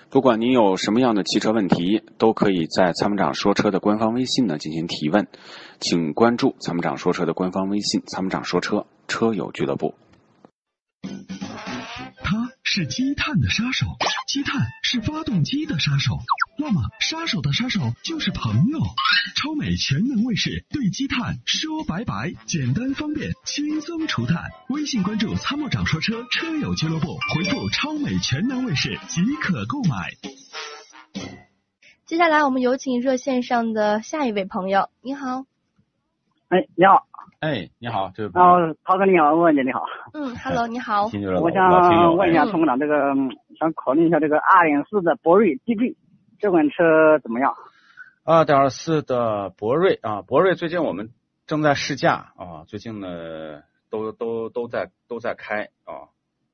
不管您有什么样的汽车问题，都可以在参谋长说车的官方微信呢进行提问，请关注参谋长说车的官方微信参谋长说车车友俱乐部。 它是积碳的杀手，积碳是发动机的杀手，那么杀手的杀手就是朋友。超美全能卫士对积碳说拜拜，简单方便，轻松除碳。微信关注参谋长说车车友俱乐部，回复超美全能卫士即可购买。 接下来我们有请热线上的下一位朋友。你好。 你好。 你好，这位涛哥你好，问姐你好。 Hello， 你好。 我想问一下参谋长，想考虑一下这个2.4的博瑞 DB 这款车怎么样 ？2.4的博瑞啊，博瑞最近我们正在试驾啊，最近呢都在开啊。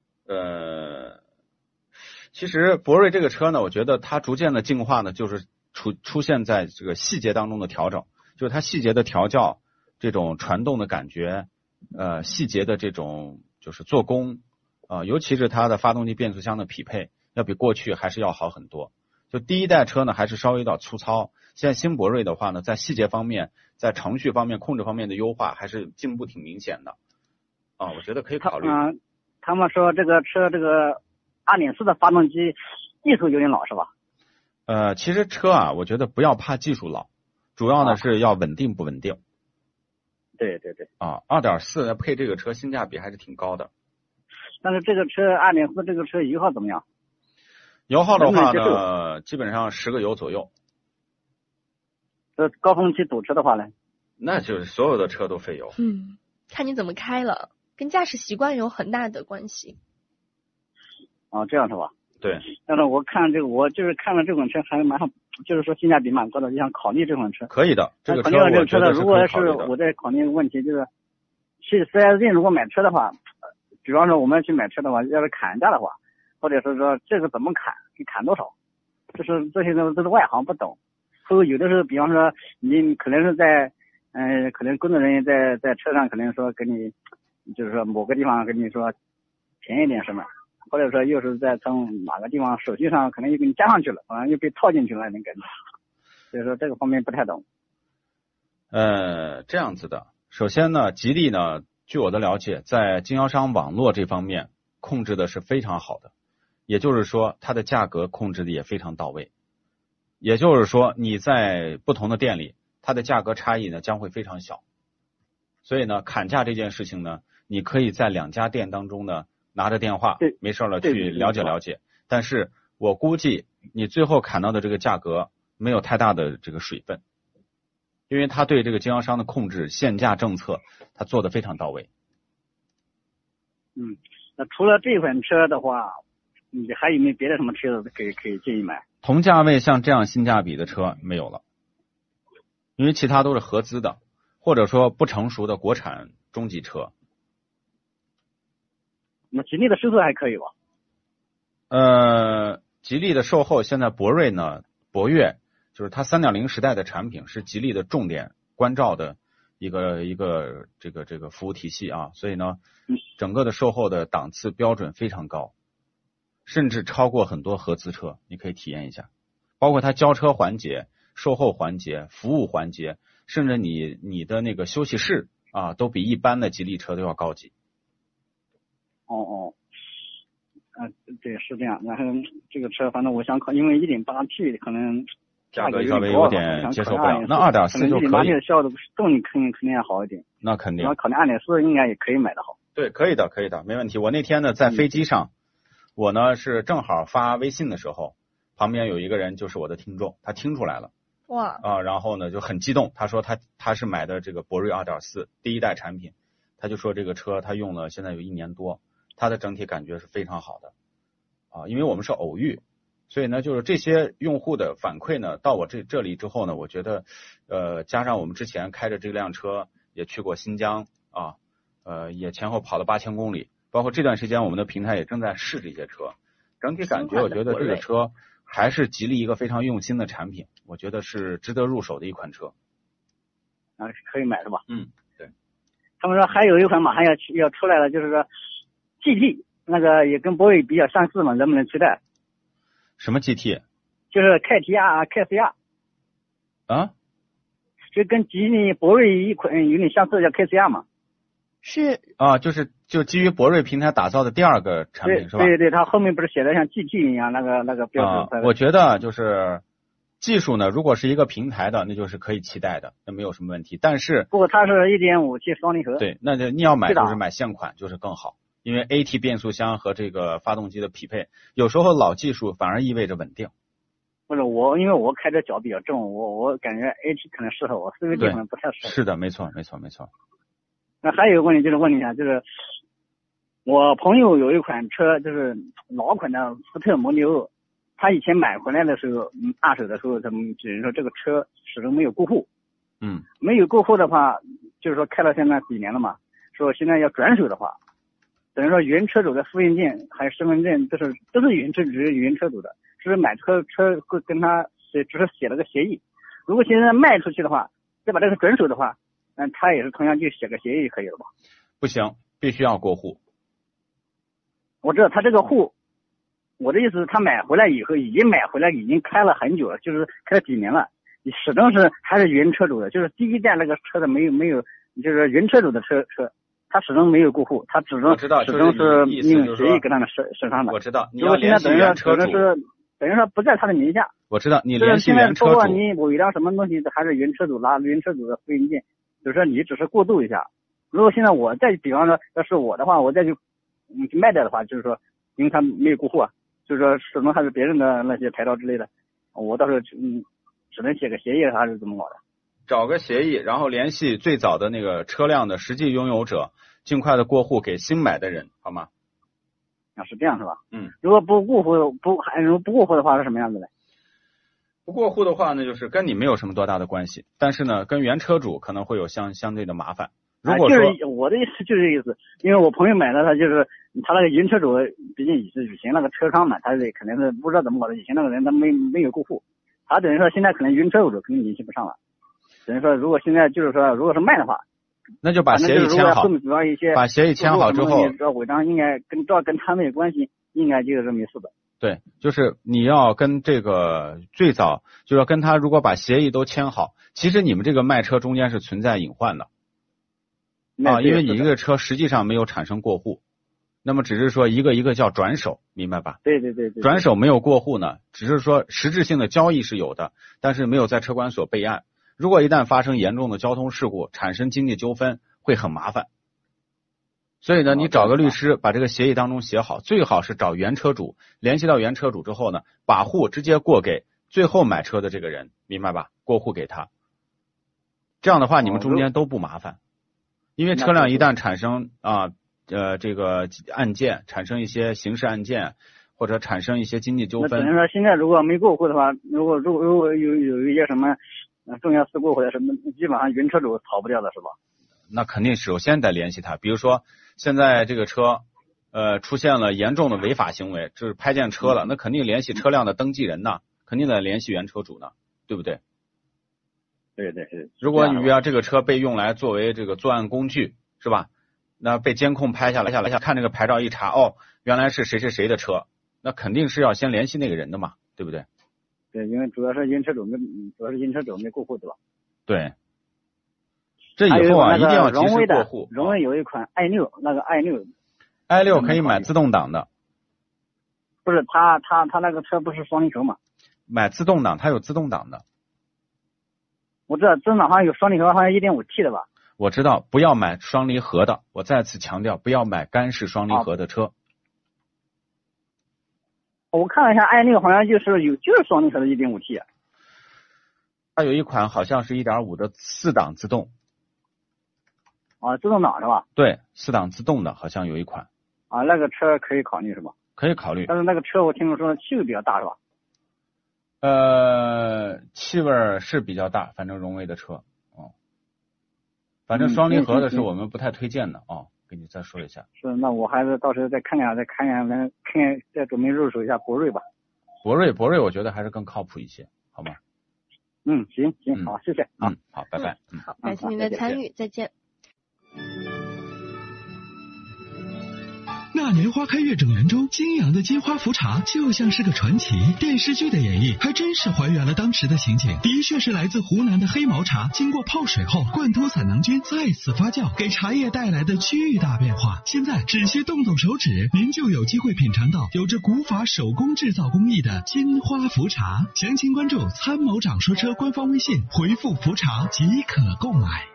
其实博瑞这个车呢，我觉得它逐渐的进化呢，就是出现在这个细节当中的调整，就是它细节的调教，这种传动的感觉，细节的这种就是做工，尤其是它的发动机变速箱的匹配，要比过去还是要好很多。就第一代车呢，还是稍微有点粗糙，现在新博瑞的话呢，在细节方面，在程序方面、控制方面的优化，还是进步挺明显的。我觉得可以考虑。 他们说这个车2.4的发动机技术有点老是吧？ 其实车啊，我觉得不要怕技术老，主要呢是要稳定不稳定。 对。 2.4配这个车性价比还是挺高的。 但是这个车2.4这个车油耗怎么样？ 油耗的话呢，基本上10个油左右。 高峰期堵车的话呢？ 那就是所有的车都费油。 看你怎么开了，跟驾驶习惯有很大的关系。 这样是吧？ 对。 但是我就是看了这款车还蛮好，就是说性价比蛮高的，就想考虑这款车。 可以的，这个车我觉得如果是我在考虑一个问题，就是去 4S 店如果买车的话，比方说我们去买车的话，要是砍价的话，或者是说这个怎么砍，你砍多少，就是这些都是外行不懂。或者有的时候，比方说你可能是在可能工作人员在车上可能说给你，就是说某个地方跟你说便宜点什么。或者说又是在从哪个地方手续上可能又给你加上去了，好像又被套进去了那种感觉，所以说这个方面不太懂。 这样子的，首先呢，吉利呢，据我的了解，在经销商网络这方面控制的是非常好的，也就是说它的价格控制的也非常到位，也就是说你在不同的店里，它的价格差异呢将会非常小，所以呢，砍价这件事情呢，你可以在2家店当中呢。拿着电话没事了去了解了解，但是我估计你最后砍到的这个价格没有太大的这个水分，因为他对这个经销商的控制限价政策他做得非常到位。 那除了这款车的话，你还有没有别的什么车子可以建议买？ 同价位像这样性价比的车没有了，因为其他都是合资的或者说不成熟的国产中级车。 那吉利的售后还可以吧？ 吉利的售后现在博瑞呢，博越就是它 3.0 时代的产品是吉利的重点关照的一个这个服务体系啊，所以呢，整个的售后的档次标准非常高，甚至超过很多合资车，你可以体验一下，包括它交车环节、售后环节、服务环节，甚至你的那个休息室啊，都比一般的吉利车都要高级。 对，是这样。然后这个车，反正我想考，因为 1.8T 可能价格稍微有点接受不了。那2.4就可以。 1.8T 的效率动力肯定要好一点。 那肯定。 我考虑2.4应该也可以买得好。 对，可以的，没问题。我那天呢在飞机上，我呢是正好发微信的时候，旁边有一个人就是我的听众，他听出来了。 哇。 然后呢就很激动，他说他是买的这个博瑞2.4第一代产品，他就说这个车他用了现在有1年多。它的整体感觉是非常好的因为我们是偶遇，所以呢就是这些用户的反馈呢到我这里之后呢，我觉得加上我们之前开着这辆车也去过新疆也前后跑了8000公里，包括这段时间我们的平台也正在试这些车，整体感觉我觉得这个车还是吉利一个非常用心的产品，我觉得是值得入手的一款车。 可以买是吧？ 对。 他们说还有一款马上要出来了，就是说GT 那个也跟博瑞比较相似嘛，能不能期待？ 什么 GT？ 就是凯迪亚、凯斯亚啊？ 就跟吉利博瑞一款有点相似，叫凯斯亚嘛。 是啊，就基于博瑞平台打造的第二个产品是吧？ 对，它后面不是写的像 GT 一样那个标志。 我觉得就是技术呢，如果是一个平台的，那就是可以期待的，那没有什么问题。但是不过它是 1.5T 双离合。 对，那就你要买就是买现款就是更好，因为 AT 变速箱和这个发动机的匹配，有时候老技术反而意味着稳定。 不是我，因为我开的脚比较重，我感觉 AT 可能适合我 ，CVT 可能不太适合。 是的，没错。 那还有一个问题就是问一下，就是我朋友有一款车，就是老款的福特蒙迪欧，他以前买回来的时候，二手的时候，他们只能说这个车始终没有过户。没有过户的话，就是说开了现在几年了嘛，说现在要转手的话，等于说原车主的复印件还有身份证都是原车主的，只是买车会跟他只是写了个协议。如果现在卖出去的话，再把这个转手的话，他也是同样就写个协议可以了吧？ 不行，必须要过户。 我知道他这个户，我的意思是他买回来以后已经开了很久了，就是开了几年了，始终是还是原车主的，就是第一代那个车的没有，就是原车主的车，他始终没有过户，他始终是用协议跟他们审上的。 我知道，你要联系原车主， 等于说不在他的名下。 我知道，你联系原车主。 包括你某一辆什么东西还是原车主拿原车主的复印件，就是说你只是过渡一下。如果现在我再比方说要是我的话，我再去卖掉的话，就是说因为他没有过户啊，就是说始终还是别人的那些牌照之类的，我到时候只能写个协议还是怎么搞的？ 找个协议，然后联系最早的那个车辆的实际拥有者，尽快的过户给新买的人，好吗？ 啊，是这样是吧？如果不过户的话是什么样子的？ 不过户的话呢，就是跟你没有什么多大的关系，但是呢，跟原车主可能会有相对的麻烦。如果说就是我的意思就是这意思，因为我朋友买的他就是他那个原车主，毕竟以前那个车商嘛，他是可能是不知道怎么搞的，以前那个人他没有过户，他等于说现在可能原车主肯定联系不上了，等于说如果现在就是说如果是卖的话， 那就把协议签好，把协议签好之后， 违章应该跟他们有关系，应该就是没事的。 对，就是你要跟这个最早就要跟他，如果把协议都签好，其实你们这个卖车中间是存在隐患的啊，因为你这个车实际上没有产生过户，那么只是说一个叫转手，明白吧？ 对， 转手没有过户呢，只是说实质性的交易是有的，但是没有在车管所备案。如果一旦发生严重的交通事故，产生经济纠纷，会很麻烦。所以呢，你找个律师把这个协议当中写好，最好是找原车主，联系到原车主之后呢，把户直接过给最后买车的这个人，明白吧？过户给他，这样的话你们中间都不麻烦。因为车辆一旦产生这个案件，产生一些刑事案件或者产生一些经济纠纷， 那等于说现在如果没过户的话，如果有一些什么重要事故或者什么，基本上原车主逃不掉的是吧？ 那肯定首先得联系他，比如说现在这个车出现了严重的违法行为，就是拍见车了，那肯定联系车辆的登记人呢，肯定得联系原车主呢，对不对？ 对。 如果你这个车被用来作为这个作案工具，是吧？那被监控拍下来，看这个牌照一查，原来是谁的车，那肯定是要先联系那个人的嘛，对不对？ 对，因为主要是原车主没过户，对吧？ 对。这以后一定要及时过户。 荣威有一款 i6， 那个 i6 可以买自动挡的。 不是，他那个车不是双离合嘛？ 买自动挡，它有自动挡的。 我知道自动挡好像有双离合，好像 1.5T 的吧？ 我知道，不要买双离合的。我再次强调，不要买干式双离合的车。 我看了一下 i6 好像就是双离合的 1.5T。 它有一款好像是 1.5 的4档自动。 自动挡是吧？对 ，4档自动的好像有一款。 那个车可以考虑是吧？ 可以考虑。 但是那个车我听说气味比较大是吧？ 气味是比较大，反正荣威的车。反正双离合的是我们不太推荐的给你再说一下。 是，那我还是到时候再看看，再准备入手一下博瑞吧。 博瑞我觉得还是更靠谱一些，好吗？ 行，好，谢谢。 好，拜拜。 好，感谢您的参与，再见。 那那年花开月正圆中，泾阳的金花茯茶就像是个传奇。电视剧的演绎还真是还原了当时的情景，的确是来自湖南的黑毛茶，经过泡水后，灌脱散囊菌，再次发酵，给茶叶带来的巨大变化。现在只需动动手指，您就有机会品尝到有着古法手工制造工艺的金花茯茶。详情关注参谋长说车官方微信，回复茯茶即可购买。